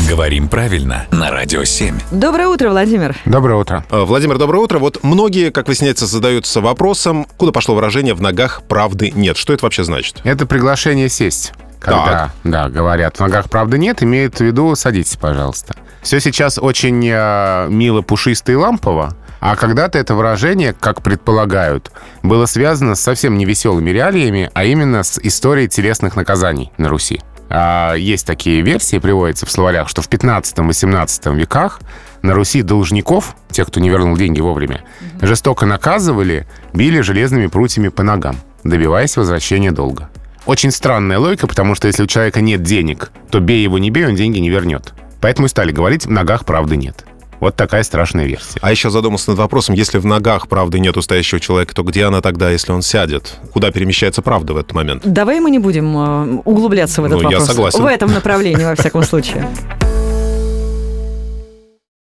Говорим правильно на Радио 7. Доброе утро, Владимир. Доброе утро. Владимир, доброе утро. Вот многие, как выясняется, задаются вопросом, куда пошло выражение «в ногах правды нет». Что это вообще значит? Это приглашение сесть. Когда, говорят, в ногах правды нет, имеют в виду «садитесь, пожалуйста». Все сейчас очень мило, пушисто и лампово, а когда-то это выражение, как предполагают, было связано с совсем невеселыми реалиями, а именно с историей телесных наказаний на Руси. Есть такие версии, приводятся в словарях, что в 15-18 веках на Руси должников, тех, кто не вернул деньги вовремя, жестоко наказывали, били железными прутьями по ногам, добиваясь возвращения долга. Очень странная логика, потому что если у человека нет денег, то бей его, не бей, он деньги не вернет. Поэтому и стали говорить «в ногах правды нет». Вот такая страшная версия. А еще задумался над вопросом, если в ногах правды нет у стоящего человека, то где она тогда, если он сядет? Куда перемещается правда в этот момент? Давай мы не будем углубляться в этот вопрос. Я согласен. В этом направлении, во всяком случае.